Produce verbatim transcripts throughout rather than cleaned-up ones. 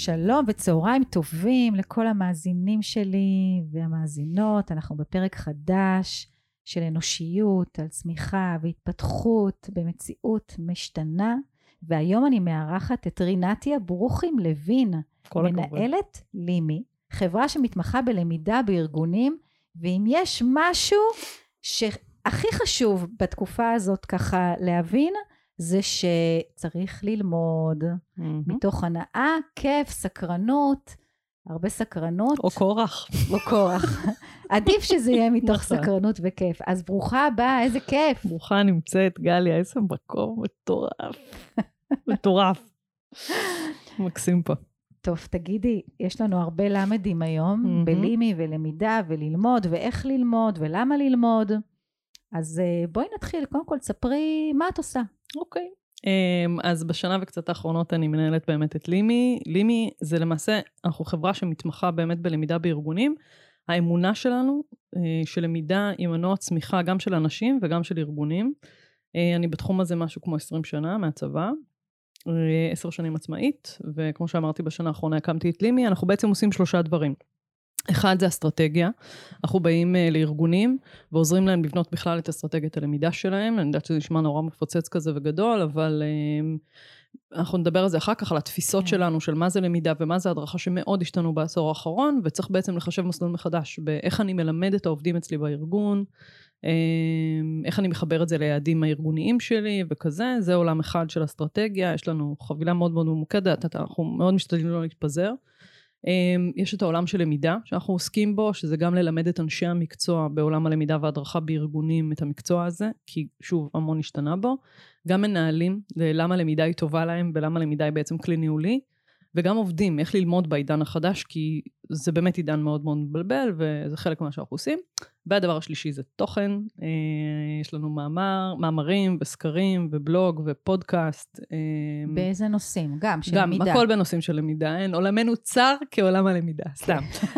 שלום וצהריים טובים לכל המאזינים שלי והמאזינות. אנחנו בפרק חדש של אנושיות, על צמיחה והתפתחות במציאות משתנה. והיום אני מארחת את רינתיה ברוכים לוין, מנהלת לימי, חברה שמתמחה בלמידה בארגונים. ואם יש משהו שהכי חשוב בתקופה הזאת ככה להבין, זה שצריך ללמוד mm-hmm. מתוך הנאה, כיף, סקרנות, הרבה סקרנות. או כורח. או כורח. עדיף שזה יהיה מתוך סקרנות וכיף. אז ברוכה הבאה, איזה כיף. ברוכה נמצאת, גליה, איזה מקום מטורף. מטורף. מקסים פה. טוב, תגידי, יש לנו הרבה למדים היום, mm-hmm. בלימי ולמידה וללמוד, ואיך ללמוד ולמה ללמוד. אז בואי נתחיל, קודם כל תספרי מה את עושה. אוקיי. אז בשנה וקצת האחרונות אני מנהלת באמת את לימי. לימי זה למעשה, אנחנו חברה שמתמחה באמת בלמידה בארגונים. האמונה שלנו שלמידה היא מנוע צמיחה גם של אנשים וגם של ארגונים. אני בתחום הזה משהו כמו עשרים שנה מהצבא, עשר שנים עצמאית, וכמו שאמרתי בשנה האחרונה הקמתי את לימי. אנחנו בעצם עושים שלושה דברים. אחד זה אסטרטגיה, אנחנו באים uh, לארגונים ועוזרים להם לבנות בכלל את אסטרטגיית הלמידה שלהם. אני יודעת שזה נשמע נורא מפוצץ כזה וגדול, אבל uh, אנחנו נדבר על זה אחר כך, על התפיסות yeah. שלנו של מה זה למידה ומה זה הדרכה שמאוד השתנו בעשור האחרון, וצריך בעצם לחשב מסלול מחדש באיך אני מלמד את העובדים אצלי בארגון, uh, איך אני מחבר את זה ליעדים הארגוניים שלי וכזה. זה עולם אחד של אסטרטגיה, יש לנו חבילה מאוד מאוד ממוקדת, אנחנו מאוד משתדלים לא להתפזר. יש את העולם של למידה שאנחנו עוסקים בו, שזה גם ללמד את אנשי המקצוע בעולם הלמידה וההדרכה בארגונים את המקצוע הזה, כי שוב המון השתנה בו. גם מנהלים ללמה למידה היא טובה להם ולמה למידה היא בעצם כלי ניהולי, וגם עובדים איך ללמוד בעידן החדש, כי זה באמת עידן מאוד מאוד מבלבל, וזה חלק מה שאנחנו עושים. והדבר השלישי זה תוכן, יש לנו מאמר, מאמרים וסקרים ובלוג ופודקאסט. באיזה נושאים? גם של גם, למידה. גם, הכל בנושאים של למידה, אין, עולמנו צר כעולם הלמידה, סתם.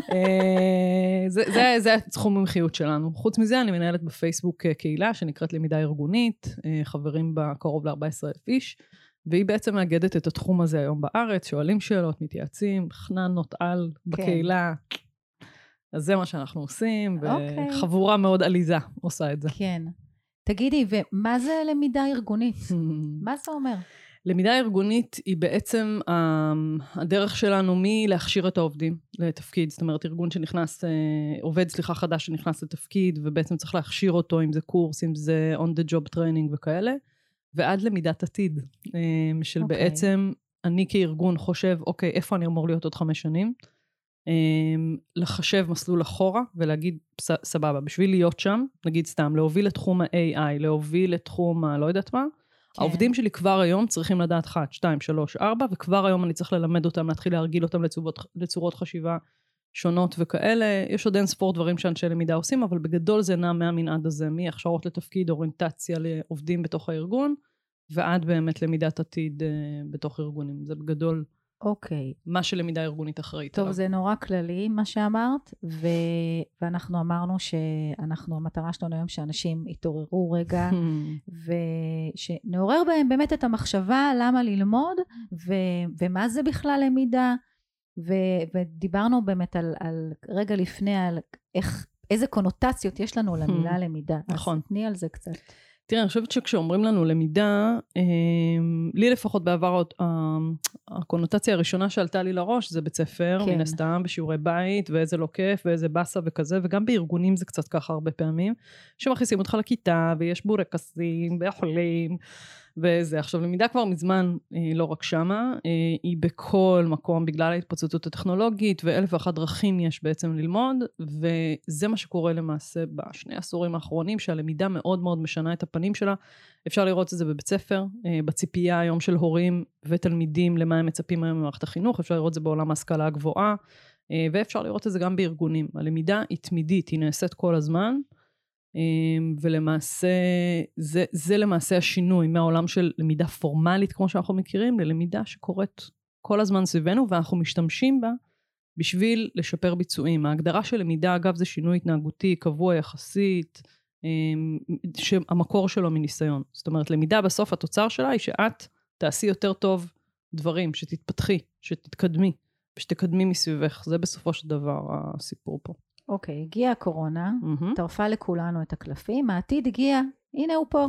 זה, זה, זה התחום המחיות שלנו. חוץ מזה אני מנהלת בפייסבוק קהילה שנקראת למידה ארגונית, חברים בה קרוב ל-ארבעה עשר אלף איש, והיא בעצם מאגדת את התחום הזה היום בארץ, שואלים שאלות, מתייעצים, חננות על בקהילה. אז זה מה שאנחנו עושים, וחבורה מאוד עליזה עושה את זה. כן. תגידי, ומה זה למידה ארגונית? מה זה אומר? למידה ארגונית היא בעצם הדרך שלנו מלהכשיר את העובדים לתפקיד. זאת אומרת, ארגון שנכנס, עובד סליחה חדש שנכנס לתפקיד, ובעצם צריך להכשיר אותו, אם זה קורס, אם זה on the job training וכאלה. ועד למידת עתיד, של okay. בעצם אני כארגון חושב, אוקיי, איפה אני אמור להיות עוד חמש שנים? לחשב מסלול אחורה ולהגיד, סבבה, בשביל להיות שם, נגיד סתם, להוביל לתחום ה-איי איי, להוביל לתחום ה... לא יודעת מה, כן. העובדים שלי כבר היום צריכים לדעת אחת, שתיים, שלוש, ארבע, וכבר היום אני צריך ללמד אותם, להתחיל להרגיל אותם לצורות, לצורות חשיבה שונות וכאלה. יש עוד אין ספור דברים שאנשי למידה עושים, אבל בגדול זה נע מהמנעד הזה, מהכשרות לתפקיד, אוריינטציה לעובדים בתוך הארגון, ועד באמת למידת עתיד בתוך ארגונים. זה בגדול אוקיי. מה שלמידה ארגונית אחראית. טוב, זה נורא כללי מה שאמרת, ו... ואנחנו אמרנו שאנחנו, המטרה שלנו היום שאנשים יתעוררו רגע, ושנעורר בהם באמת את המחשבה למה ללמוד, ו... ומה זה בכלל למידה, ו... ודיברנו באמת על, על רגע לפני, על איך, איזה קונוטציות יש לנו למילה למידה. נכון. אז תני על זה קצת. תראה, אני חושבת שכשאומרים לנו למידה, לי לפחות בעבר, הקונוטציה הראשונה שעלתה לי לראש, זה בית ספר, מן הסתם, בשיעורי בית, ואיזה לא כיף, ואיזה בסה וכזה, וגם בארגונים זה קצת ככה הרבה פעמים, שמכניסים אותך לכיתה, ויש בורקסים, ואוכלים, וזה. עכשיו, למידה כבר מזמן, לא רק שמה, היא בכל מקום, בגלל ההתפוצצות הטכנולוגית, ואלף ואחת דרכים יש בעצם ללמוד, וזה מה שקורה למעשה בשני עשורים האחרונים, שהלמידה מאוד מאוד משנה את הפנים שלה. אפשר לראות את זה בבית ספר, בציפייה היום של הורים ותלמידים, למה הם מצפים היום במערכת החינוך, אפשר לראות את זה בעולם ההשכלה הגבוהה, ואפשר לראות את זה גם בארגונים. הלמידה היא תמידית, היא נעשית כל הזמן, ולמעשה, זה, זה למעשה השינוי מהעולם של למידה פורמלית, כמו שאנחנו מכירים, ללמידה שקורית כל הזמן סביבנו, ואנחנו משתמשים בה בשביל לשפר ביצועים. ההגדרה של למידה, אגב, זה שינוי התנהגותי, קבוע יחסית, שהמקור שלו מניסיון. זאת אומרת, למידה בסוף התוצר שלה היא שאת תעשי יותר טוב דברים, שתתפתחי, שתתקדמי. ושתקדמי מסביבך, זה בסופו של דבר הסיפור פה. אוקיי, הגיעה הקורונה, טרפה לכולנו את הקלפים, העתיד הגיע, הנה הוא פה.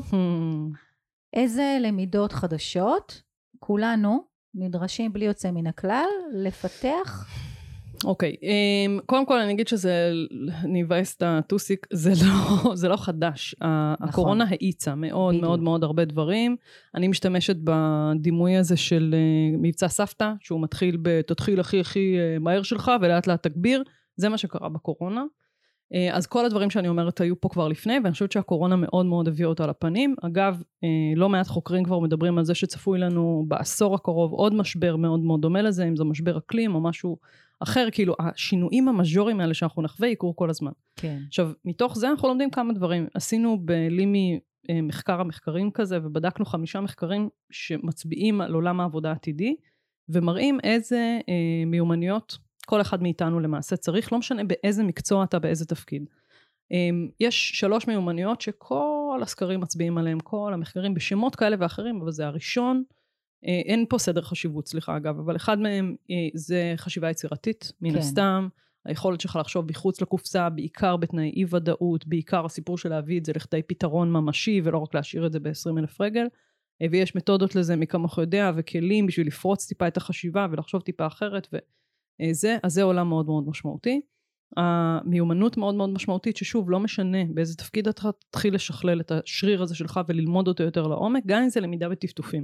איזה למידות חדשות, כולנו נדרשים בלי יוצא מן הכלל, לפתח? אוקיי, קודם כל אני אגיד שזה, אני אבאס את הטוסיק, זה לא, זה לא חדש. הקורונה האיצה מאוד מאוד מאוד הרבה דברים. אני משתמשת בדימוי הזה של מבצע סבתא, שהוא מתחיל בתתחיל הכי הכי מהר שלך, ולאט לאט תגביר. זה מה שקרה בקורונה. אז כל הדברים שאני אומרת היו פה כבר לפני, ואני חושבת שהקורונה מאוד מאוד הביאה אותה לפנים. אגב, לא מעט חוקרים כבר מדברים על זה שצפוי לנו בעשור הקרוב עוד משבר מאוד מאוד דומה לזה, אם זה משבר אקלים או משהו אחר, כאילו השינויים המז'וריים האלה שאנחנו נחווה יקרו כל הזמן. כן. עכשיו, מתוך זה אנחנו לומדים כמה דברים. עשינו בלימי מחקר המחקרים כזה, ובדקנו חמישה מחקרים שמצביעים על עולם העבודה העתידי, ומראים איזה מיומנויות כל אחד מאיתנו למעשה צריך, לא משנה באיזה מקצוע אתה, באיזה תפקיד. יש שלוש מיומנויות שכל הסקרים מצביעים עליהם, כל המחקרים בשמות כאלה ואחרים, אבל זה הראשון, אין פה סדר חשיבות, סליחה אגב, אבל אחד מהם זה חשיבה יצירתית, מן כן. הסתם, היכולת שלך לחשוב בחוץ לקופסה, בעיקר בתנאי אי ודאות, בעיקר הסיפור של להביא את זה לכדי פתרון ממשי, ולא רק להשאיר את זה ב-עשרים אלף רגל, ויש מתודות לזה מכמה יודע, וכלים בשביל לפרוץ טיפה את החשיבה, ולחשוב טיפה אחרת, ו... זה, אז זה עולם מאוד מאוד משמעותי. המיומנות מאוד מאוד משמעותית, ששוב, לא משנה באיזה תפקיד אתה תתחיל לשכלל את השריר הזה שלך, וללמוד אותו יותר לעומק, גם אם זה למידה בטפטופים.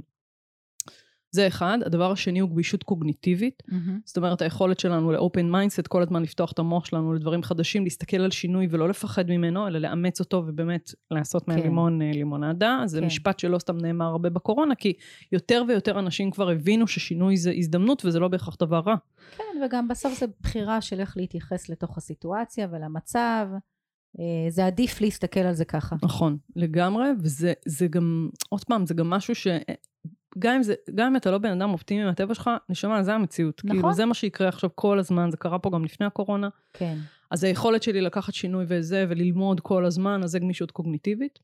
זה אחד. הדבר השני הוא גמישות קוגניטיבית, mm-hmm. זאת אומרת, היכולת שלנו לאופן מיינדסט, כל הזמן לפתוח את המוח שלנו לדברים חדשים, להסתכל על שינוי ולא לפחד ממנו, אלא לאמץ אותו ובאמת לעשות כן. מהלימון לימונדה. זה כן. משפט שלא סתם נאמר הרבה בקורונה, כי יותר ויותר אנשים כבר הבינו ששינוי זה הזדמנות, וזה לא בהכרח דבר רע. כן, וגם בסוף זה בחירה של איך להתייחס לתוך הסיטואציה ולמצב. זה עדיף להסתכל על זה ככה. נכון, לגמרי, וזה זה גם, עוד פעם, זה גם משהו ש... גם אם, זה, גם אם אתה לא בן אדם אופטימי מהטבע שלך, נשמע, זה המציאות. נכון. כאילו, זה מה שיקרה עכשיו כל הזמן, זה קרה פה גם לפני הקורונה. כן. אז היכולת שלי לקחת שינוי וזה, וללמוד כל הזמן, אז זה גמישות קוגניטיבית.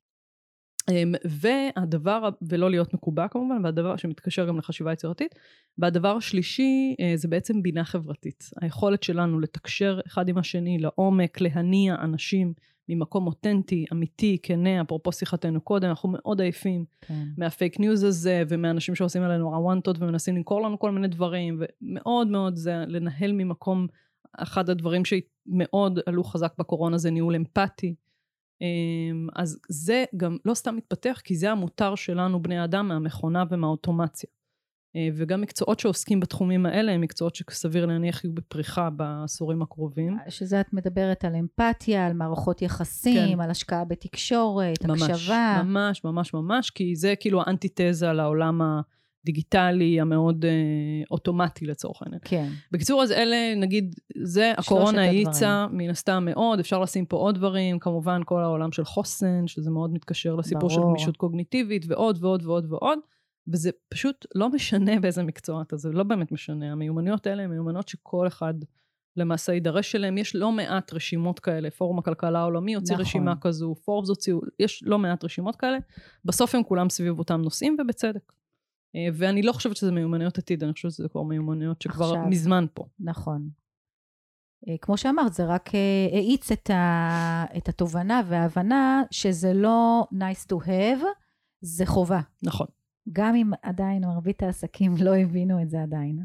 והדבר, ולא להיות מקובע כמובן, והדבר שמתקשר גם לחשיבה יצירתית, והדבר השלישי, זה בעצם בינה חברתית. היכולת שלנו לתקשר אחד עם השני, לעומק, להניע אנשים, ממקום אותנטי, אמיתי, כנה, אפרופו שיחתנו קודם, אנחנו מאוד עייפים כן. מהפייק ניוז הזה, ומהאנשים שעושים עלינו הוואנטות, ומנסים למכור לנו כל מיני דברים, ומאוד מאוד זה לנהל ממקום, אחד הדברים שמאוד עלו חזק בקורונה, זה ניהול אמפתי, אז זה גם לא סתם מתפתח, כי זה המותר שלנו בני האדם, מהמכונה ומהאוטומציה. וגם מקצועות שעוסקים בתחומים האלה, הם מקצועות שסביר להניח יהיו בפריחה בעשורים הקרובים. שזה את מדברת על אמפתיה, על מערכות יחסים, כן. על השקעה בתקשורת, ממש, הקשבה. ממש, ממש, ממש, כי זה כאילו האנטיתזה לעולם הדיגיטלי, המאוד אה, אוטומטי לצורך העניין. כן. בקיצור, אז אלה, נגיד, זה הקורונה האיצה, מן הסתם מאוד, אפשר לשים פה עוד דברים, כמובן כל העולם של חוסן, שזה מאוד מתקשר לסיפור ברור. של גמישות קוגניטיבית, ועוד ועוד ועוד ועוד. וזה פשוט לא משנה באיזה מקצוע, זה לא באמת משנה. המיומנויות האלה הן מיומנויות שכל אחד למעשה יידרש שלהם. יש לא מעט רשימות כאלה, פורום הכלכלה העולמי הוציא נכון. רשימה כזו, פורבס הוציאו, יש לא מעט רשימות כאלה, בסוף הם כולם סביב אותם נושאים ובצדק. ואני לא חושבת שזה מיומנויות עתיד, אני חושבת שזה כבר מיומנויות שכבר עכשיו, מזמן פה. נכון. כמו שאמרת, זה רק האיץ את, ה, את התובנה וההבנה שזה לא nice to have, זה חובה. נכון. גם אם עדיין מרבית העסקים לא הבינו את זה עדיין.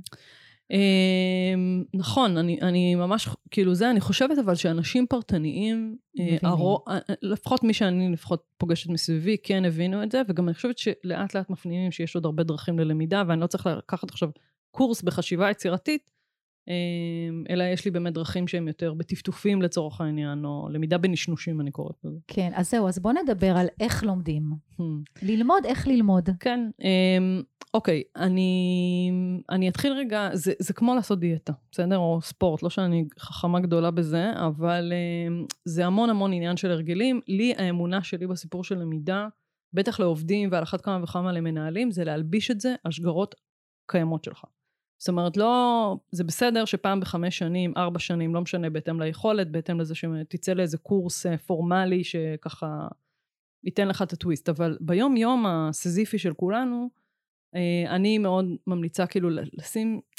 נכון, אני, אני ממש, כאילו זה, אני חושבת אבל שאנשים פרטניים, הרו, לפחות מי שאני לפחות פוגשת מסביבי, כן הבינו את זה, וגם אני חושבת שלאט לאט מפנימים שיש עוד הרבה דרכים ללמידה, ואני לא צריך לקחת עכשיו קורס בחשיבה יצירתית, אלא יש לי באמת דרכים שהם יותר בטפטופים לצורך העניין, או למידה בנשנושים אני קוראת לזה. כן, אז זהו, אז בוא נדבר על איך לומדים. ללמוד, איך ללמוד. כן, אוקיי, אני, אני אתחיל רגע, זה, זה כמו לעשות דיאטה, בסדר? או ספורט, לא שאני חכמה גדולה בזה, אבל זה המון המון עניין של הרגלים. לי האמונה שלי בסיפור של למידה, בטח לעובדים ועל אחת כמה וכמה למנהלים, זה להלביש את זה על שגרות קיימות שלך. זאת אומרת, לא, זה בסדר שפעם בחמש שנים, ארבע שנים, לא משנה, בהתאם ליכולת, בהתאם לזה שתצא לאיזה קורס פורמלי שככה ייתן לך את הטוויסט, אבל ביום יום הסזיפי של כולנו, אני מאוד ממליצה כאילו לשים,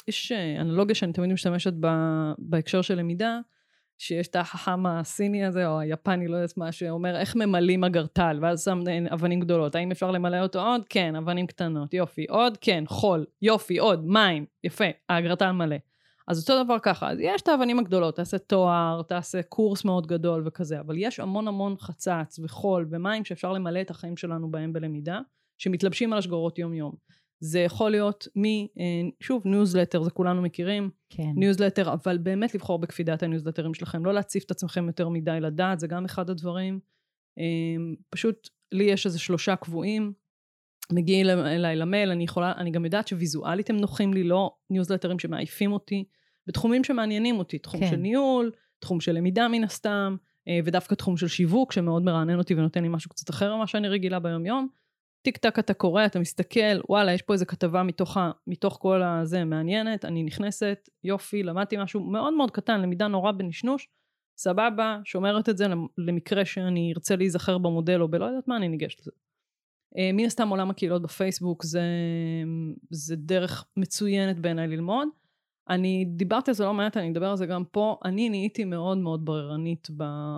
יש אנלוגיה שאני תמיד משתמשת בהקשר של למידה, שיש את החכם הסיני הזה, או היפני, לא יודעת מה, שאומר, איך ממלאים אגרטל, ואז שם אבנים גדולות, האם אפשר למלא אותו עוד? כן, אבנים קטנות, יופי, עוד? כן, חול, יופי, עוד, מים, יפה, האגרטל מלא. אז אותו דבר ככה, אז יש את האבנים הגדולות, תעשה תואר, תעשה קורס מאוד גדול וכזה, אבל יש המון המון חצץ וחול ומים שאפשר למלא את החיים שלנו בהם בלמידה, שמתלבשים על השגורות יום יום. זה יכול להיות מ, שוב, ניוזלטר, זה כולנו מכירים, כן. ניוזלטר, אבל באמת לבחור בקפידת הניוזלטרים שלכם, לא להציף את עצמכם יותר מדי לדעת, זה גם אחד הדברים. פשוט, לי יש איזה שלושה קבועים, מגיעים אליי למייל, אני יכולה, אני גם יודעת שוויזואלית הם נוחים לי, לא ניוזלטרים שמעיפים אותי, בתחומים שמעניינים אותי, תחום כן. של ניהול, תחום של למידה מן הסתם, ודווקא תחום של שיווק, שמאוד מרענן אותי ונותן לי משהו קצת אחר ממה שאני רגילה ביום יום, טיק טק אתה קורא, אתה מסתכל, וואלה, יש פה איזו כתבה מתוך, מתוך כל הזה מעניינת, אני נכנסת, יופי, למדתי משהו מאוד מאוד קטן, למידה נורא בנשנוש, סבבה, שומרת את זה למקרה שאני ארצה להיזכר במודל או בלא יודעת מה, אני ניגשת לזה. מן הסתם עולם הקהילות בפייסבוק, זה, זה דרך מצוינת בעיניי ללמוד. אני דיברתי על זה לא מעט, אני אדבר על זה גם פה, אני נהייתי מאוד מאוד בררנית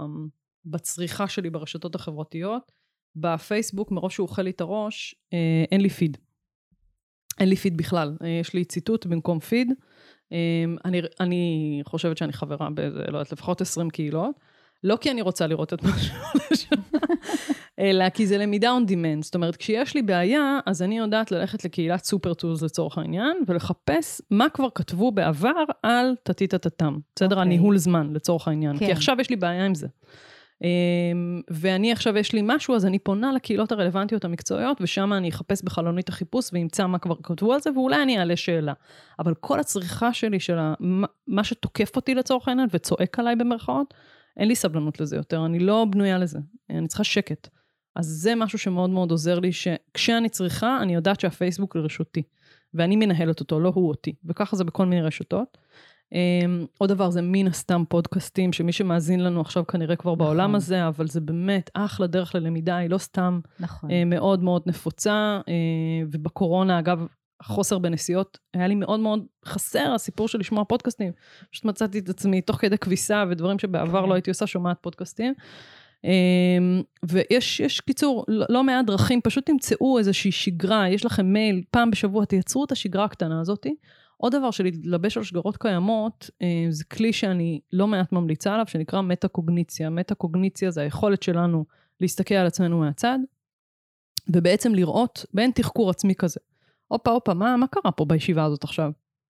בצריכה שלי ברשתות החברתיות, בפייסבוק, מראש שהוא אוכל לי את הראש, אה, אין לי פיד. אין לי פיד בכלל. אה, יש לי ציטוט במקום פיד. אה, אני, אני חושבת שאני חברה באיזה, לא יודעת, לפחות עשרים קהילות. לא כי אני רוצה לראות את משהו לשם, אלא כי זה למידה on demand. זאת אומרת, כשיש לי בעיה, אז אני יודעת ללכת לקהילת סופר טולס לצורך העניין, ולחפש מה כבר כתבו בעבר על תתית-תתם. בסדר? הניהול זמן לצורך העניין. כי עכשיו יש לי בעיה עם זה. ואני עכשיו יש לי משהו, אז אני פונה לקהילות הרלוונטיות המקצועיות, ושם אני אחפש בחלונית החיפוש, ואמצא מה כבר כתבו על זה, ואולי אני אעלה שאלה. אבל כל הצריכה שלי, של מה שתוקף אותי לצורך העניין, וצועק עליי במרכאות, אין לי סבלנות לזה יותר, אני לא בנויה לזה, אני צריכה שקט. אז זה משהו שמאוד מאוד עוזר לי, שכשאני צריכה, אני יודעת שהפייסבוק לרשותי, ואני מנהלת אותו, לא הוא אותי, וככה זה בכל מיני רשתות. Um, עוד דבר זה מן הסתם פודקאסטים, שמי שמאזין לנו עכשיו כנראה כבר נכון. בעולם הזה, אבל זה באמת אחלה דרך ללמידה, היא לא סתם נכון. uh, מאוד מאוד נפוצה, uh, ובקורונה אגב, חוסר בנסיעות, היה לי מאוד מאוד חסר הסיפור של לשמוע פודקאסטים, פשוט מצאתי את עצמי תוך כדי כביסה, ודברים שבעבר כן. לא הייתי עושה שומעת פודקאסטים, um, ויש יש קיצור, לא, לא מעט דרכים, פשוט תמצאו איזושהי שגרה, יש לכם מייל, פעם בשבוע, תייצרו את השגרה הקטנה הזאת, עוד דבר של להתלבש על שגרות קיימות, זה כלי שאני לא מעט ממליצה עליו, שנקרא מטה-קוגניציה. מטה-קוגניציה זה היכולת שלנו להסתכל על עצמנו מהצד, ובעצם לראות בין תחקור עצמי כזה. הופה, הופה, מה, מה קרה פה בישיבה הזאת עכשיו?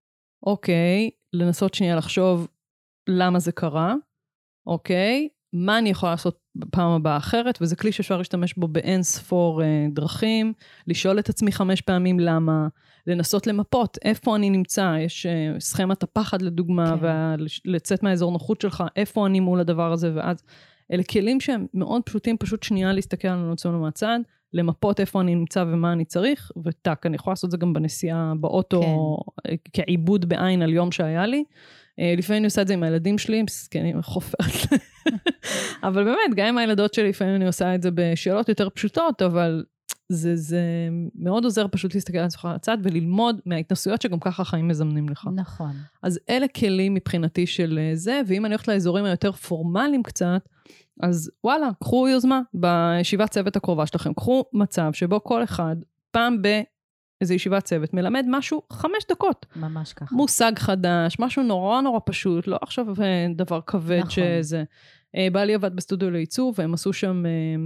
אוקיי, לנסות שנייה לחשוב למה זה קרה, אוקיי, מה אני יכולה לעשות בפעם הבאה אחרת, וזה כלי שאפשר להשתמש בו באין ספור אה, דרכים, לשאול את עצמי חמש פעמים למה, לנסות למפות, איפה אני נמצא, יש אה, סכמת הפחד לדוגמה, כן. ולצאת מהאזור נוחות שלך, איפה אני מול הדבר הזה, ואז אלה כלים שהם מאוד פשוטים, פשוט שנייה להסתכל על עצמנו מהצד, למפות איפה אני נמצא ומה אני צריך, וטק, אני יכולה לעשות זה גם בנסיעה באוטו, כן. כעיבוד בעין על יום שהיה לי, לפעמים אני עושה את זה עם הילדים שלי, מסכנים, חופרת. אבל באמת, גם עם הילדות שלי, לפעמים אני עושה את זה בשאלות יותר פשוטות, אבל זה, זה מאוד עוזר פשוט להסתכל על עצמך הצד, וללמוד מההתנסויות שגם ככה החיים מזמנים לך. נכון. אז אלה כלים מבחינתי של זה, ואם אני הולכת לאזורים היותר פורמליים קצת, אז וואלה, קחו יוזמה בישיבת צוות הקרובה שלכם, קחו מצב שבו כל אחד, פעם ב... איזו ישיבת צוות, מלמד משהו חמש דקות. ממש ככה. מושג חדש, משהו נורא נורא פשוט, לא עכשיו דבר כבד נכון. שזה. בעלי עבד בסטודיו לעיצוב, והם עשו שם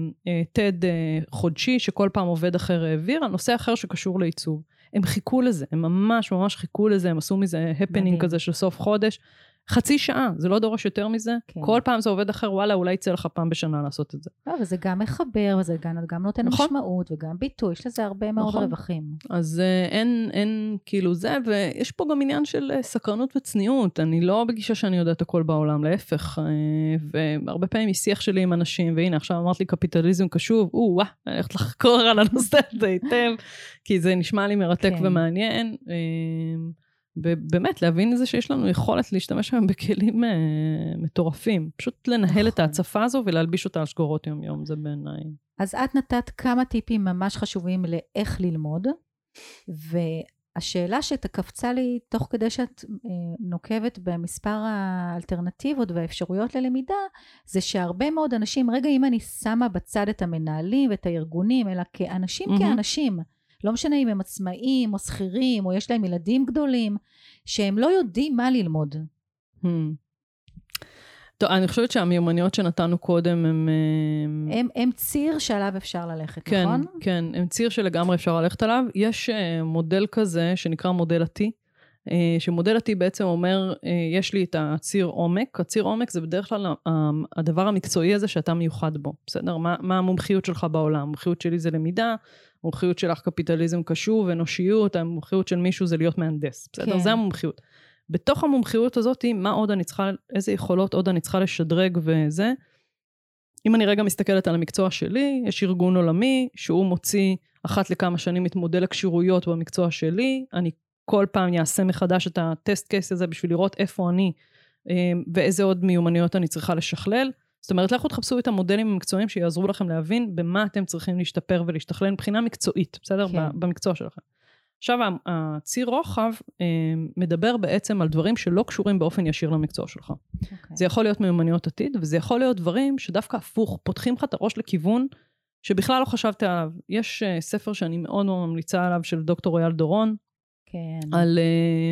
תד חודשי, שכל פעם עובד אחר העביר, הנושא אחר שקשור לעיצוב. הם חיכו לזה, הם ממש ממש חיכו לזה, הם עשו מזה הפנינג כזה של סוף חודש, חצי שעה, זה לא דורש יותר מזה, כן. כל פעם זה עובד אחר, וואלה, אולי יצא לך פעם בשנה לעשות את זה. לא, וזה גם מחבר, וזה גם, גם נותן נכון. משמעות, וגם ביטוי, יש לזה הרבה מאוד נכון. רווחים. אז uh, אין, אין כאילו זה, ויש פה גם עניין של uh, סקרנות וצניעות, אני לא בגישה שאני יודעת הכל בעולם, להפך, uh, והרבה פעמים יש שיח שלי עם אנשים, והנה, עכשיו אמרת לי קפיטליזם קשוב, או, וואה, אני הולכת לחקור על הנושא הזה היטב, כי זה נשמע לי מרתק כן. ומעניין, uh, ובאמת, להבין את זה שיש לנו יכולת להשתמש היום בכלים אה, מטורפים. פשוט לנהל נכון. את ההצפה הזו ולהלביש אותה על שגורות יום יום, זה בעיניי. אז את נתת כמה טיפים ממש חשובים לאיך ללמוד, השאלה שתקפצה לי תוך כדי שאת נוקבת במספר האלטרנטיבות והאפשרויות ללמידה, זה שהרבה מאוד אנשים, רגע אם אני שמה בצד את המנהלים ואת הארגונים, אלא כאנשים mm-hmm. כאנשים, לא משנה אם הם עצמאים או שכירים, או יש להם ילדים גדולים, שהם לא יודעים מה ללמוד. Hmm. טוב, אני חושבת שהמיומנויות שנתנו קודם הם... הם, הם ציר שעליו אפשר ללכת, כן, נכון? כן, הם ציר שלגמרי אפשר ללכת עליו. יש מודל כזה שנקרא מודל ה-T, שמודל ה-T בעצם אומר, יש לי את הציר עומק, הציר עומק זה בדרך כלל הדבר המקצועי הזה שאתה מיוחד בו, בסדר? מה, מה המומחיות שלך בעולם? המומחיות שלי זה למידה, המומחיות שלך קפיטליזם קשור ואנושיות, המומחיות של מישהו זה להיות מהנדס, בסדר? כן. זה המומחיות. בתוך המומחיות הזאת, מה עוד אני צריכה, איזה יכולות עוד אני צריכה לשדרג וזה. אם אני רגע מסתכלת על המקצוע שלי, יש ארגון עולמי, שהוא מוציא אחת לכמה שנים את מודל הקשירויות במקצוע שלי, אני כל פעם יעשה מחדש את הטסט קייס הזה, בשביל לראות איפה אני, ואיזה עוד מיומנויות אני צריכה לשכלל. זאת אומרת, לכו תחפשו את המודלים המקצועיים, שיעזרו לכם להבין, במה אתם צריכים להשתפר ולהשתכלל, מבחינה מקצועית, בסדר? כן. במקצוע שלכם. עכשיו, הציר רוחב מדבר בעצם על דברים שלא קשורים באופן ישיר למקצוע שלך. Okay. זה יכול להיות מיומנויות עתיד, וזה יכול להיות דברים שדווקא הפוך, פותחים לך את הראש לכיוון שבכלל לא חשבת עליו. יש ספר שאני מאוד מאוד ממליצה עליו, של דוקטור אייל דורון, כן. על,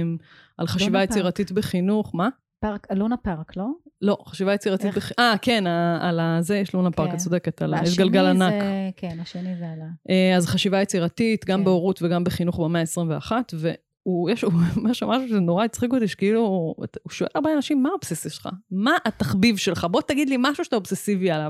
על חשיבה יצירתית בחינוך. מה? פארק, לונה פארק, לא? לא, חשיבה יצירתית בחינוך. אה, כן, על זה יש לונה פארק, את צודקת, על גלגל ענק. כן, השני זה עלה. אז חשיבה יצירתית, גם בהורות וגם בחינוך במאה ה-עשרים ואחת, והוא יש, הוא אומר שם משהו שזה נורא הצחיק אותי, שכאילו, הוא שואל הרבה אנשים, מה האובססיה שלך? מה התחביב שלך? בוא תגיד לי משהו שאתה אובססיבי עליו.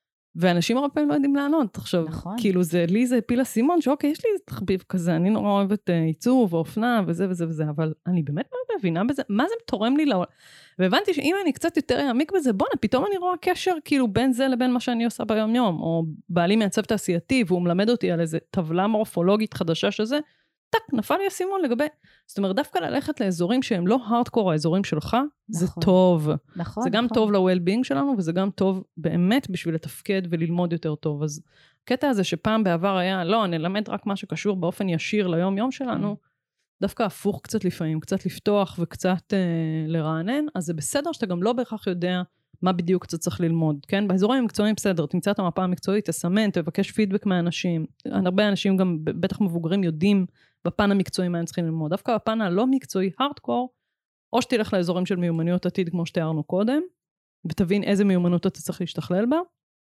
ואנשים הרבה פעמים לא יודעים לענות. עכשיו, כאילו זה, לי זה פיל הסימון, שאוקיי, יש לי תחביב כזה, אני נורא אוהבת עיצוב ואופנה וזה וזה וזה, אבל אני באמת מאוד מבינה בזה, מה זה תורם לי לעולם? והבנתי שאם אני קצת יותר יעמיק בזה, בונה, פתאום אני רואה קשר כאילו בין זה לבין מה שאני עושה ביום יום, או בעלי מעצב תעשייתי, והוא מלמד אותי על איזה טבלה מורפולוגית חדשה שזה, טק, נפל לי הסימון לגבי, זאת אומרת, דווקא ללכת לאזורים שהם לא הארדקור, האזורים שלך, נכון, זה טוב. נכון, זה גם נכון. טוב ל-well-being שלנו, וזה גם טוב באמת בשביל לתפקד וללמוד יותר טוב. אז הקטע הזה שפעם בעבר היה, לא, אני אלמד רק מה שקשור באופן ישיר ליום-יום שלנו, דווקא הפוך קצת לפעמים, קצת לפתוח וקצת אה, לרענן, אז זה בסדר שאתה גם לא בהכרח יודע מה בדיוק אתה צריך ללמוד, כן? באזורים המקצועיים בסדר, תמצא את המפה המקצועית, תסמן, תבקש פידבק מהאנשים. הרבה אנשים גם, בטח מבוגרים, יודעים בפן המקצועי מה הם צריכים ללמוד. דווקא בפן הלא מקצועי, הארדקור, או שתלך לאזורים של מיומנויות עתיד, כמו שתיארנו קודם, ותבין איזה מיומנות אתה צריך להשתכלל בה,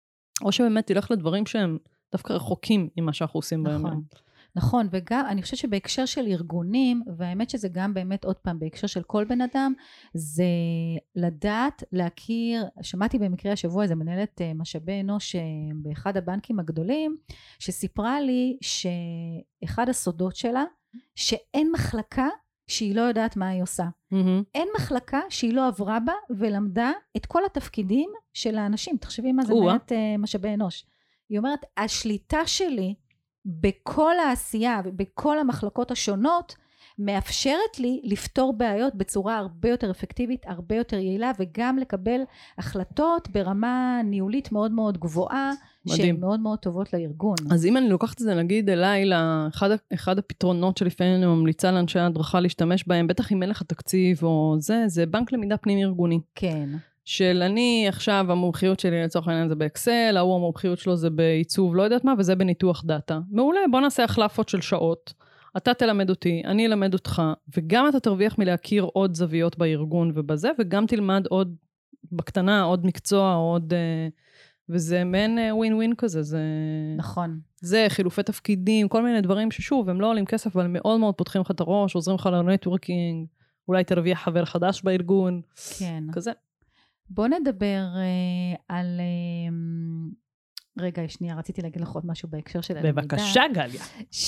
או שבאמת תלך לדברים שהם דווקא רחוקים עם מה שאנחנו עושים נכון. בהם. נכון, וגם אני חושבת שבהקשר של ארגונים, והאמת שזה גם באמת עוד פעם בהקשר של כל בן אדם, זה לדעת, להכיר, שמעתי במקרה השבוע איזה מנהלת משאבי אנוש באחד הבנקים הגדולים, שסיפרה לי שאחד הסודות שלה, שאין מחלקה שהיא לא יודעת מה היא עושה. Mm-hmm. אין מחלקה שהיא לא עברה בה ולמדה את כל התפקידים של האנשים. תחשבי מה זה מנהלת משאבי אנוש. היא אומרת, השליטה שלי בכל העשייה ובכל המחלקות השונות, מאפשרת לי לפתור בעיות בצורה הרבה יותר אפקטיבית, הרבה יותר יעילה, וגם לקבל החלטות ברמה ניהולית מאוד מאוד גבוהה, שהן מאוד מאוד טובות לארגון. אז אם אני לוקחת את זה, נגיד אליי, לאחד, אחד הפתרונות שלפעמים אני ממליצה לאנשי הדרכה להשתמש בהם, בטח אם אין לך תקציב או זה, זה בנק למידה פנים ארגוני. כן. של אני עכשיו, המומחיות שלי לצורך העניין זה באקסל, ההוא המומחיות שלו זה בעיצוב, לא יודעת מה, וזה בניתוח דאטה. מעולה, בוא נעשה החלפות של שעות. אתה תלמד אותי, אני אלמד אותך, וגם אתה תרוויח מלהכיר עוד זוויות בארגון ובזה, וגם תלמד עוד בקטנה, עוד מקצוע, עוד... וזה מעין ווין ווין כזה, זה... נכון. זה חילופי תפקידים, כל מיני דברים ששוב, הם לא עולים כסף, אבל מאוד מאוד פותחים לך את הראש, עוזרים לך לנטוורקינג, אולי תרוויח חבר חדש בארגון. כן. כזה. בוא נדבר uh, על... Uh, רגע, שנייה, רציתי להגיד לך עוד משהו בהקשר של הלמידה. בבקשה, גליה.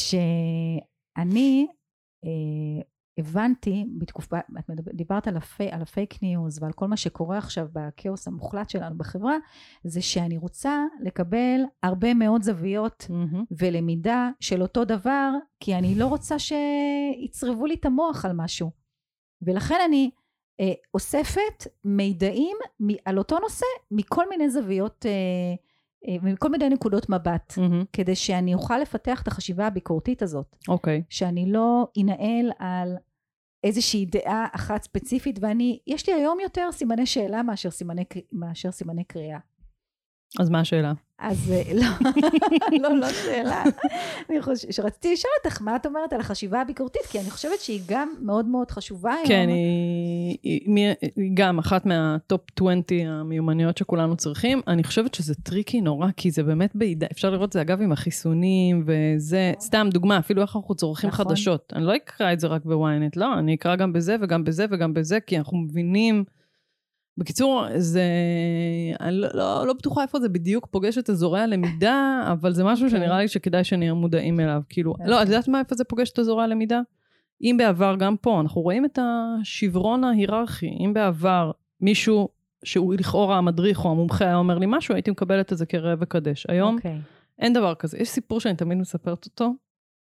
שאני uh, הבנתי, בתקופה, את דיברת על, הפי, על הפייק ניוז ועל כל מה שקורה עכשיו בכאוס המוחלט שלנו בחברה, זה שאני רוצה לקבל הרבה מאוד זוויות mm-hmm. ולמידה של אותו דבר, כי אני לא רוצה שיצרבו לי את המוח על משהו. ולכן אני אה, אוספת מידעים על אותו נושא מכל מיני זוויות אה, מכל מיני נקודות מבט, Mm-hmm. כדי שאני אוכל לפתח את החשיבה הביקורתית הזאת. אוקיי. Okay. שאני לא אנהל על איזושהי דעה אחת ספציפית, ואני, יש לי היום יותר סימני שאלה מאשר סימני, מאשר סימני קריאה. אז מה השאלה? אז לא, לא, לא שאלה. אני חושב, שרציתי לשאול אותך, מה את אומרת על החשיבה הביקורתית? כי אני חושבת שהיא גם מאוד מאוד חשובה היום. כן, היא, היא, היא גם אחת מהטופ עשרים המיומנויות שכולנו צריכים. אני חושבת שזה טריקי נורא, כי זה באמת בעידה, אפשר לראות זה אגב עם החיסונים, וזה, סתם דוגמה, אפילו איך אנחנו צורכים נכון. חדשות. אני לא אקרא את זה רק בוויינט, לא, אני אקרא גם בזה וגם בזה וגם בזה, כי אנחנו מבינים, בקיצור, זה, אני לא, לא, לא בטוחה איפה זה בדיוק פוגש את אזורי הלמידה, אבל זה משהו okay. שנראה לי שכדאי שנהיה מודעים אליו. כאילו, okay. לא, את יודעת מה איפה זה פוגש את אזורי הלמידה? אם בעבר, גם פה, אנחנו רואים את השברון ההיררכי. אם בעבר מישהו שהוא לכאורה המדריך או המומחה היה אומר לי משהו, הייתי מקבלת את זה כראה וקדש. היום okay. אין דבר כזה. יש סיפור שאני תמיד מספרת אותו.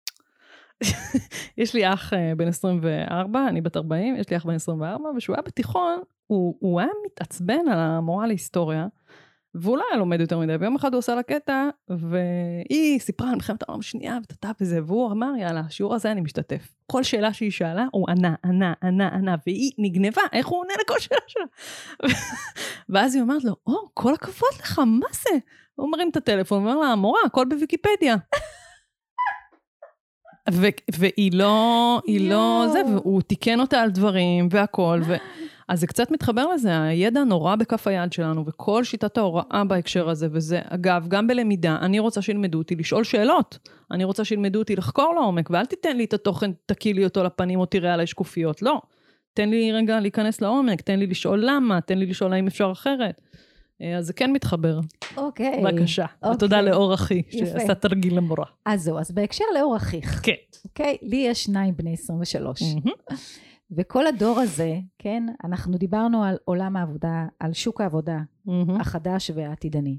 יש לי אח בן עשרים וארבע, אני בת ארבעים, יש לי אח בן עשרים וארבע, ושהוא היה בתיכון, הוא, הוא היה מתעצבן על המורה להיסטוריה, והוא לא היה לומד יותר מדי, ויום אחד הוא עושה לה קטע, והיא סיפרה על מלחמת העולם השנייה, ותתה בזה, והוא אמר, יאללה, השיעור הזה אני משתתף. כל שאלה שהיא שאלה, הוא ענה, ענה, ענה, ענה, והיא נגנבה, איך הוא עונה לכל שאלה שלה? ואז היא אומרת לו, או, כל הכבוד לך, מה זה? הוא מרים את הטלפון, ואומר לה, המורה, הכל בוויקיפדיה. ו- והיא לא, היא לא, זה, והוא תיקן אותה על דברים והכל, ו- אז זה קצת מתחבר לזה, הידע נורא בכף היד שלנו, וכל שיטת ההוראה בהקשר הזה, וזה, אגב, גם בלמידה, אני רוצה שילמדו אותי לשאול שאלות, אני רוצה שילמדו אותי לחקור לעומק, ואל תיתן לי את התוכן, תקיא לי אותו לפנים, או תראה עליי שקופיות, לא. תן לי רגע להיכנס לעומק, תן לי לשאול למה, תן לי לשאול האם אפשר אחרת. אז זה כן מתחבר. אוקיי. בבקשה. ותודה לאור אחי, שעשה תרגיל למורה. אז זהו, אז בהקשר לאור אחיך. כן. אוקיי, לי יש שניים בני עשרים ושלוש. וכל הדור הזה, כן, אנחנו דיברנו על עולם העבודה, על שוק העבודה החדש והעתידני.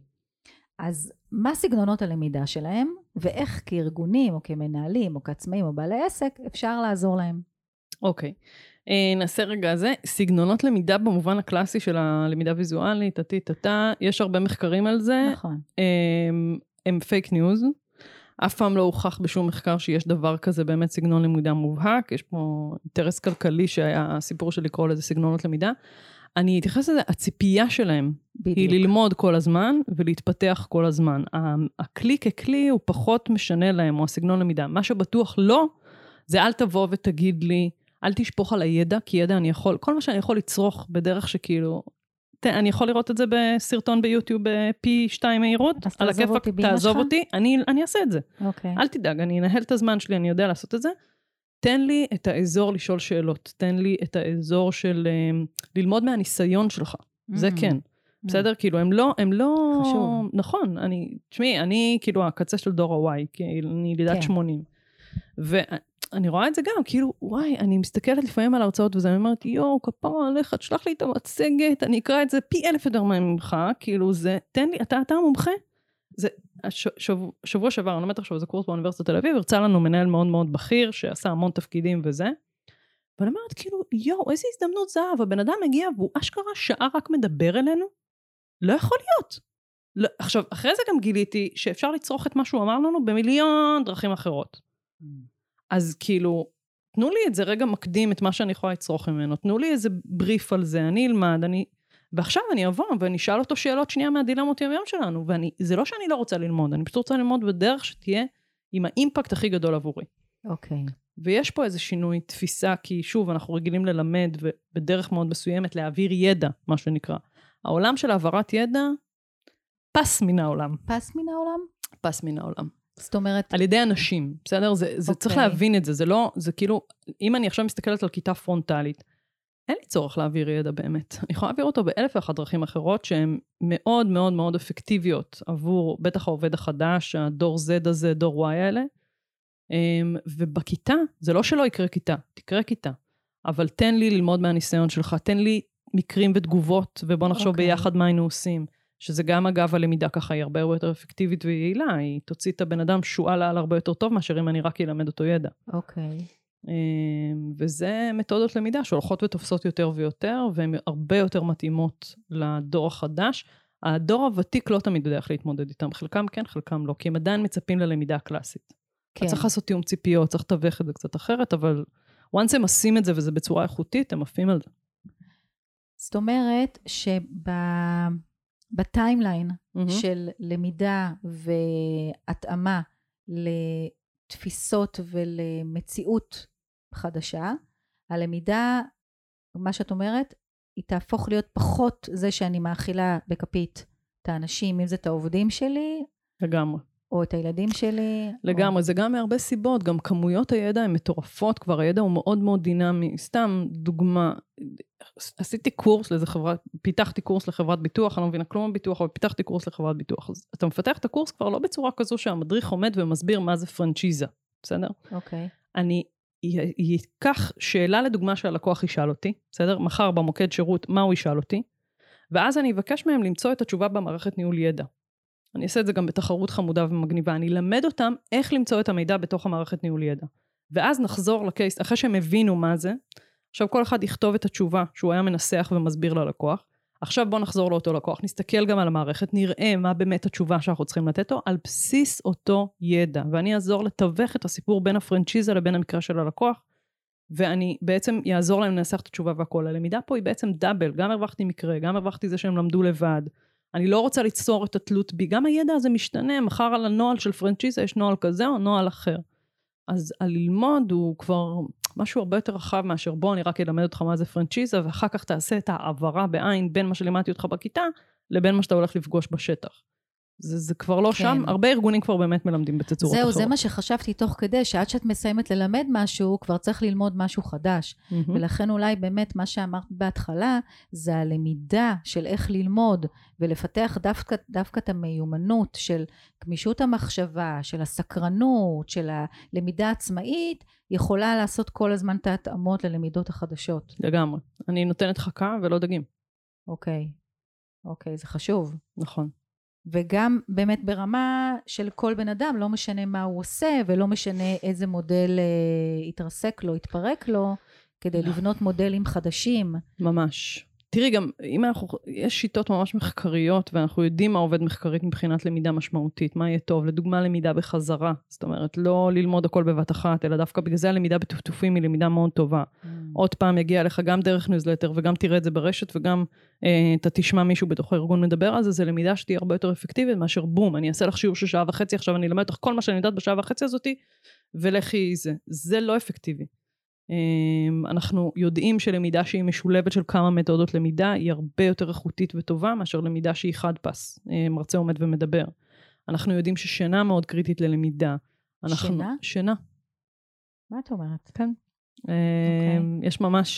אז מה סגנונות הלמידה שלהם, ואיך כארגונים או כמנהלים או כעצמאים או בעלי עסק, אפשר לעזור להם? אוקיי. נעשה רגע זה, סגנונות למידה במובן הקלאסי של הלמידה ויזואלית, תתי, תתה, יש הרבה מחקרים על זה. נכון. הם, הם פייק ניוז, אף פעם לא הוכח בשום מחקר שיש דבר כזה באמת סגנון למידה מובהק, יש פה אינטרס כלכלי שהיה הסיפור של לקרוא לזה סגנונות למידה. אני אתייחס לזה, הציפייה שלהם בדיוק. היא ללמוד כל הזמן ולהתפתח כל הזמן. הכלי ככלי הוא פחות משנה להם, או הסגנון למידה. מה שבטוח לא, זה אל תבוא ותגיד לי, אל תשפוך על הידע, כי ידע אני יכול, כל מה שאני יכול לצרוך בדרך שכאילו, אני יכול לראות את זה בסרטון ביוטיוב בפי שתיים מהירות, על הכיפק, תעזוב אותי, אני, אני אעשה את זה. Okay. אל תדאג, אני אנהל את הזמן שלי, אני יודע לעשות את זה. תן לי את האזור לשאול שאלות, תן לי את האזור של ללמוד מהניסיון שלך, mm-hmm. זה כן. Mm-hmm. בסדר? כאילו, הם לא, הם לא, חשוב. נכון, אני, תשמעי, אני כאילו הקצה של דור ה-Y, כי אני לידת שמונים. ו... אני רואה את זה גם, כאילו, וואי, אני מסתכלת לפעמים על הרצאות, וזה אני אומרת, יואו, כפרה עליך, תשלח לי את המצגת, אני אקרא את זה פי אלף יותר ממך, כאילו זה, תן לי, אתה, אתה המומחה. זה, שבוע, שבוע שעבר, אני לומדת עכשיו, זה קורס באוניברסיטת תל אביב, הרצה לנו מנהל מאוד מאוד בכיר, שעשה המון תפקידים וזה, ואני אומרת, כאילו, יואו, איזו הזדמנות זהב, הבן אדם מגיע, והוא אשכרה שעה רק מדבר אלינו, לא יכול להיות. לא, עכשיו, אחרי זה גם גיליתי, שאפשר לצרוך את מה שהוא אמר לנו, במיליון דרכים אחרות. אז כאילו, תנו לי את זה רגע מקדים את מה שאני יכולה לצרוך ממנו, תנו לי איזה בריף על זה, אני אלמד, אני... ועכשיו אני אבוא ואני אשאל אותו שאלות שנייה מהדילמות יום יום שלנו, וזה לא שאני לא רוצה ללמוד, אני פשוט רוצה ללמוד בדרך שתהיה עם האימפקט הכי גדול עבורי. אוקיי. ויש פה איזה שינוי תפיסה, כי שוב, אנחנו רגילים ללמד, ובדרך מאוד מסוימת להעביר ידע, מה שנקרא. העולם של העברת ידע, פס מן העולם. פס מן העולם? פס מן העולם. זאת אומרת... על ידי אנשים, בסדר? זה, זה okay. צריך להבין את זה, זה לא, זה כאילו, אם אני עכשיו מסתכלת על כיתה פרונטלית, אין לי צורך להעביר ידע באמת. אני יכולה להעביר אותו באלף ואחת דרכים אחרות, שהן מאוד מאוד מאוד אפקטיביות, עבור בטח העובד החדש, הדור Z הזה, דור Y האלה, ובכיתה, זה לא שלא יקרה כיתה, תקרה כיתה, אבל תן לי ללמוד מהניסיון שלך, תן לי מקרים ותגובות, ובוא נחשוב okay. ביחד מה היינו עושים. שזה גם אגב הלמידה ככה היא הרבה יותר אפקטיבית ויעילה, היא תוציא את הבן אדם שואל על הרבה יותר טוב, מאשר אם אני רק ילמד אותו ידע. אוקיי. וזה מתודות למידה שהולכות ותופסות יותר ויותר, והן הרבה יותר מתאימות לדור החדש. הדור הוותיק לא תמיד יודע איך להתמודד איתם, חלקם כן, חלקם לא, כי הם עדיין מצפים ללמידה הקלאסית. כן. צריך לעשות תיאום ציפיות, צריך לתווך את זה קצת אחרת, אבל once הם עושים את זה וזה בצורה איכותית, הם עפים על זה. זאת אומרת שבטיימליין mm-hmm. של למידה והתאמה לתפיסות ולמציאות חדשה, הלמידה, מה שאת אומרת, היא תהפוך להיות פחות זה שאני מאכילה בכפית את האנשים, אם זה את העובדים שלי, לגמרי. או את הילדים שלי. לגמרי, או... זה גם מהרבה סיבות, גם כמויות הידע הן מטורפות, כבר הידע הוא מאוד מאוד דינמי. סתם דוגמה, עשיתי קורס לאיזה חברה, פיתחתי קורס לחברת ביטוח, אני לא מבינה כלום בביטוח, אבל פיתחתי קורס לחברת ביטוח. אז אתה מפתח את הקורס כבר לא בצורה כזו שהמדריך עומד ומסביר מה זה פרנצ'יזה, בסדר? אוקיי. אני ייקח שאלה לדוגמה שהלקוח ישאל אותי, בסדר? מחר במוקד שירות, מה הוא ישאל אותי? ואז אני אבקש מהם למצוא את התשובה במערכת ניהול ידע. אני אעשה את זה גם בתחרות חמודה ומגניבה. אני אלמד אותם איך למצוא את המידע בתוך המערכת ניהול ידע. ואז נחזור לקייס, אחרי שהם הבינו מה זה, עכשיו כל אחד יכתוב את התשובה שהוא היה מנסח ומסביר ללקוח. עכשיו בוא נחזור לאותו לקוח, נסתכל גם על המערכת, נראה מה באמת התשובה שאנחנו צריכים לתת לו, על בסיס אותו ידע. ואני אעזור לתווך את הסיפור בין הפרנצ'יזה לבין המקרה של הלקוח, ואני בעצם יעזור להם לנסח את התשובה והכל. הלמידה פה היא בעצם דאבל, גם הרווחתי מקרה, גם הרווחתי זה שהם למדו לבד. אני לא רוצה ליצור את התלות בי, גם הידע הזה משתנה, מחר על הנועל של פרנצ'יזה יש נועל כזה או נועל אחר. אז הללמוד הוא כבר משהו הרבה יותר רחב מאשר בוא אני רק אלמד אותך מה זה פרנצ'יזה, ואחר כך תעשה את העברה בעין בין מה שלימדתי אותך בכיתה, לבין מה שאתה הולך לפגוש בשטח. זה, זה כבר לא כן. שם, הרבה ארגונים כבר באמת מלמדים בתצורות אחרות. זהו, זה מה שחשבתי תוך כדי, שעד שאת מסיימת ללמד משהו, כבר צריך ללמוד משהו חדש. Mm-hmm. ולכן אולי באמת מה שאמרת בהתחלה, זה הלמידה של איך ללמוד, ולפתח דווקא, דווקא את המיומנות של גמישות המחשבה, של הסקרנות, של הלמידה עצמאית, יכולה לעשות כל הזמן את ההתאמות ללמידות החדשות. לגמרי. אני נותנת חכה ולא דגים. אוקיי. אוקיי, זה חשוב. נכון. וגם באמת ברמה של כל בן אדם, לא משנה מה הוא עושה, ולא משנה איזה מודל אה, יתרסק לו, יתפרק לו, כדי לבנות מודלים חדשים. ממש. תראי גם, אם אנחנו, יש שיטות ממש מחקריות, ואנחנו יודעים מה עובד מחקרית מבחינת למידה משמעותית, מה יהיה טוב, לדוגמה למידה בחזרה, זאת אומרת, לא ללמוד הכל בבת אחת, אלא דווקא בגלל זה הלמידה בטפטופים היא למידה מאוד טובה. Mm. עוד פעם יגיע לך גם דרך ניוזלטר, וגם תראה את זה ברשת, וגם אה, אתה תשמע מישהו בתוך הארגון מדבר על זה, זה למידה שתהיה הרבה יותר אפקטיבית, מאשר בום, אני אעשה לך שיעור של שעה וחצי, עכשיו אני אלמד לך כל מה שאני יודעת בשעה וחצי הזאתי, ולכי זה. זה לא אפקטיבי. אנחנו יודעים שלמידה שהיא משולבת של כמה מתודות למידה היא הרבה יותר איכותית וטובה מאשר למידה שהיא חד פס, מרצה עומד ומדבר. אנחנו יודעים ששינה מאוד קריטית ללמידה. אנחנו... שינה? שינה. מה את אומרת? כן. Okay. יש ממש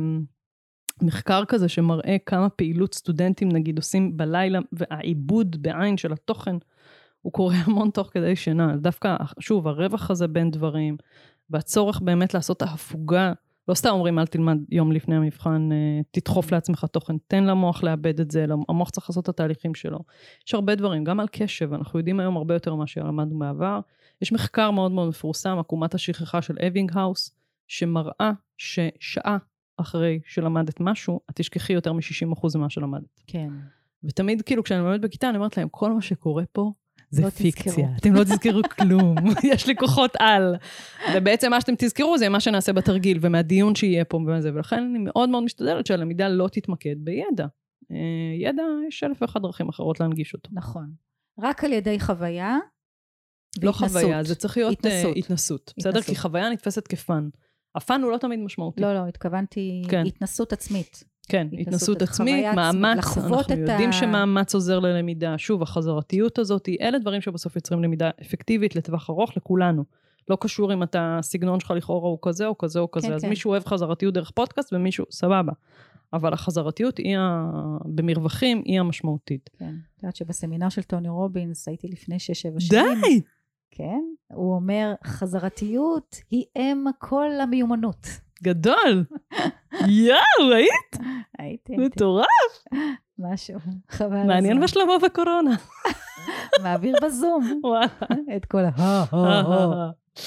מחקר כזה שמראה כמה פעילות סטודנטים נגיד עושים בלילה, והעיבוד בעין של התוכן הוא קורה המון תוך כדי שינה. דווקא, שוב, הרווח הזה בין דברים, והצורך באמת לעשות ההפוגה, לא סתם אומרים, אל תלמד יום לפני המבחן, תדחוף לעצמך תוכן, תן למוח לאבד את זה, המוח צריך לעשות את התהליכים שלו. יש הרבה דברים, גם על קשב, אנחנו יודעים היום הרבה יותר ממה שלמדנו בעבר. יש מחקר מאוד מאוד מפורסם, עקומת השכחה של אבינגהאוס, שמראה ששעה אחרי שלמדת משהו, את תשכחי יותר מ-שישים אחוז ממה שלמדת. כן. ותמיד, כאילו, כשאני לומדת בכיתה, אני אומרת להם, כל מה שקורה פה, זה לא פיקציה. תזכרו. אתם לא תזכרו כלום. יש לי כוחות על. ובעצם מה שאתם תזכרו זה מה שנעשה בתרגיל, ומהדיון שיהיה פה וזה. ולכן אני מאוד מאוד משתדלת שהלמידה לא תתמקד בידע. ידע, יש אלף ואחת דרכים אחרות להנגיש אותו. נכון. רק על ידי חוויה והתנסות. לא חוויה, זה צריך להיות התנסות. התנסות. בסדר? כי חוויה נתפסת כפן. הפן הוא לא תמיד משמעותי. לא, לא, התכוונתי כן. התנסות עצמית. כן, התנסות עצמית, מאמץ, אנחנו יודעים ה... שמאמץ עוזר ללמידה. שוב, החזרתיות הזאת, אלה דברים שבסוף יוצרים למידה אפקטיבית, לטווח ארוך לכולנו. לא קשור אם אתה, הסגנון שלך לכאורה הוא כזה או כזה או כזה. כן, אז כן. מישהו אוהב חזרתיות דרך פודקאסט ומישהו, סבבה. אבל החזרתיות היא, במרווחים, היא המשמעותית. כן, את יודעת שבסמינר של טוני רובינס, הייתי לפני שש שבע שנים. די! כן, הוא אומר, חזרתיות היא אם כל המיומנות. גדול. יאו, ראית? הייתי. מטורף. משהו, חבל. מעניין בשלמה בקורונה. מעביר בזום. וואלה. את כל ה...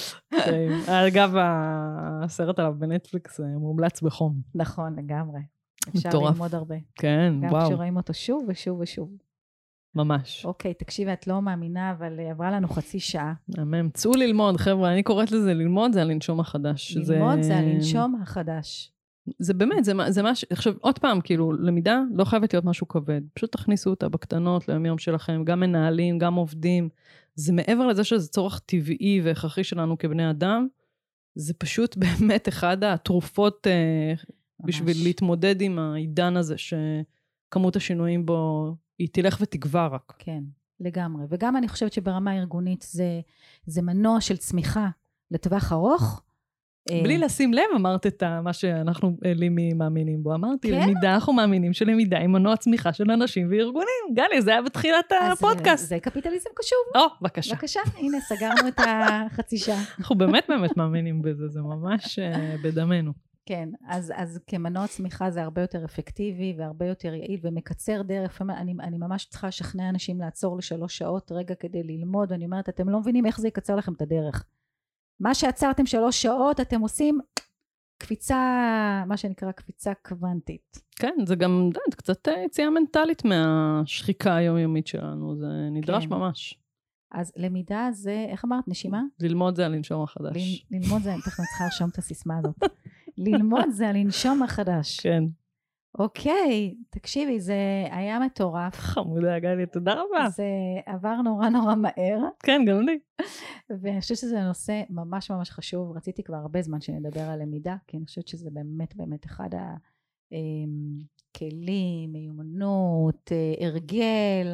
אגב, הסרט עליו בנטפליקס מומלץ בחום. נכון, לגמרי. אפשר ללמוד הרבה. כן, וואו. גם כשרואים אותו שוב ושוב ושוב. ממש. אוקיי, תקשיבי, את לא מאמינה, אבל עברה לנו חצי שעה. מהמם, צאו ללמוד, חבר'ה, אני קוראת לזה ללמוד, זה הלנשום החדש. ללמוד זה הלנשום החדש. זה באמת, זה, זה משהו, עכשיו, עוד פעם, כאילו, למידה לא חייבת להיות משהו כבד. פשוט תכניסו אותה בקטנות ליום יום שלכם, גם מנהלים, גם עובדים. זה מעבר לזה שזה צורך טבעי והכרחי שלנו כבני אדם, זה פשוט באמת אחד התרופות אה, בשביל להתמודד עם העידן הזה, שכמות השינויים בו, היא תלך ותגבר רק. כן, לגמרי. וגם אני חושבת שברמה הארגונית זה, זה מנוע של צמיחה לטווח ארוך, בלי לשים לב, אמרת את מה שאנחנו לימי מאמינים בו. אמרתי, למידה, אנחנו מאמינים שלמידה היא מנוע צמיחה של אנשים וארגונים. גלי, זה היה בתחילת הפודקאסט. זה קפיטליזם קשוב. או, בבקשה. בבקשה, הנה, סגרנו את החצי שעה. אנחנו באמת באמת מאמינים בזה, זה ממש בדמנו. כן, אז, אז כמנוע צמיחה זה הרבה יותר אפקטיבי והרבה יותר יעיל ומקצר דרך. אני, אני ממש צריכה לשכנע אנשים לעצור לשלוש שעות רגע כדי ללמוד, ואני אומרת, אתם לא מבינים איך זה יקצר לכם את הדרך. מה שעצרתם שלוש שעות, אתם עושים קפיצה, מה שנקרא קפיצה קוונטית. כן, זה גם די, קצת יציאה מנטלית מהשחיקה היומיומית שלנו, זה נדרש כן. ממש. אז למידה זה, איך אמרת, נשימה? ללמוד זה הלנשום החדש. ל- ללמוד זה, אני תכף צריכה לרשום את הסיסמה הזאת. ללמוד זה הלנשום החדש. כן. אוקיי, תקשיבי, זה היה מטורף. חמודה, גלי, תודה רבה. זה עבר נורא נורא מהר. כן, גם לי. ואני חושבת שזה נושא ממש ממש חשוב. רציתי כבר הרבה זמן שנדבר על למידה, כי אני חושבת שזה באמת באמת אחד הכלים, מיומנות, הרגל,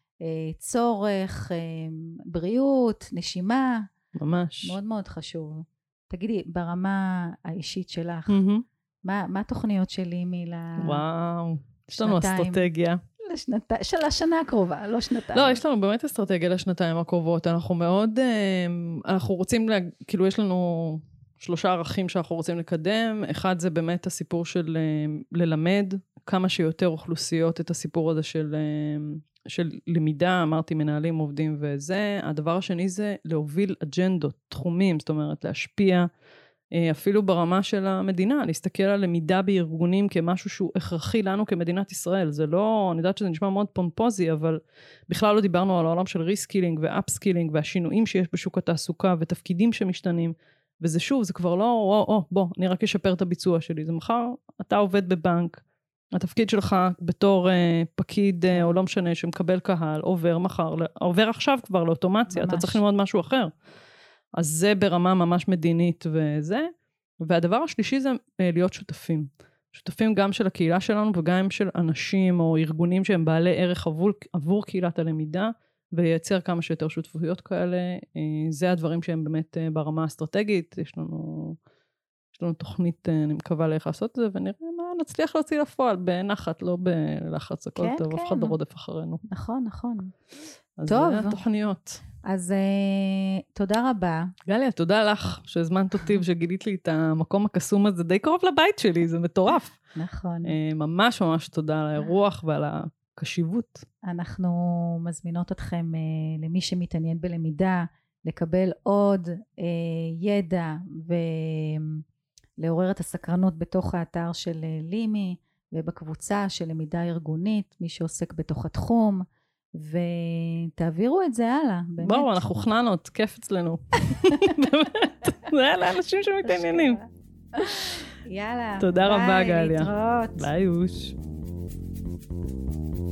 צורך, בריאות, נשימה. ממש. מאוד מאוד חשוב. תגידי, ברמה האישית שלך, mm-hmm. מה, מה התוכניות שלי מילה? וואו, יש לנו אסטרטגיה. לשנתיים, של השנה הקרובה, לא שנתיים. לא, יש לנו באמת אסטרטגיה לשנתיים הקרובות. אנחנו מאוד, אנחנו רוצים, לה, כאילו יש לנו שלושה ערכים שאנחנו רוצים לקדם. אחד זה באמת הסיפור של ללמד כמה שיותר אוכלוסיות את הסיפור הזה של, של למידה, אמרתי מנהלים, עובדים וזה. הדבר השני זה להוביל אג'נדות, תחומים, זאת אומרת להשפיע, אפילו ברמה של המדינה, להסתכל על למידה בארגונים כמשהו שהוא הכרחי לנו כמדינת ישראל. זה לא, אני יודעת שזה נשמע מאוד פומפוזי, אבל בכלל לא דיברנו על העולם של ריסקילינג ואפסקילינג, והשינויים שיש בשוק התעסוקה ותפקידים שמשתנים, וזה שוב, זה כבר לא, או, או, בוא, אני רק אשפר את הביצוע שלי. זה מחר, אתה עובד בבנק, התפקיד שלך בתור אה, פקיד, אה, או לא משנה, שמקבל קהל, עובר מחר, עובר עכשיו כבר לאוטומציה, ממש. אתה צריך ללמוד משהו אחר. אז זה ברמה ממש מדינית וזה. והדבר השלישי זה להיות שותפים. שותפים גם של הקהילה שלנו וגם של אנשים או ארגונים שהם בעלי ערך עבור, עבור קהילת הלמידה, ולייצר כמה שיותר שותפויות כאלה. זה הדברים שהם באמת ברמה האסטרטגית. יש לנו, יש לנו תוכנית, אני מקווה איך לעשות את זה, ונראה מה נצליח להוציא לפועל בנחת, לא בלחץ, הכל כן, טוב, כן. אף אחד לא רודף אחרינו. נכון, נכון. אז טוב. זה התוכניות. אז uh, תודה רבה. גליה, תודה לך שהזמנת אותי ושגילית לי את המקום הקסום הזה, די קרוב לבית שלי, זה מטורף. נכון. Uh, ממש ממש תודה על האירוח ועל הקשיבות. אנחנו מזמינות אתכם uh, למי שמתעניין בלמידה, לקבל עוד uh, ידע ולעורר את הסקרנות בתוך האתר של uh, לימי, ובקבוצה של למידה ארגונית, מי שעוסק בתוך התחום, ותעבירו את זה הלאה, באמת. בואו, אנחנו חננות, כיף אצלנו. באמת, זה היה לאנשים שמתעניינים. יאללה. תודה רבה, גליה. ביי, להתראות. ביי, אוש.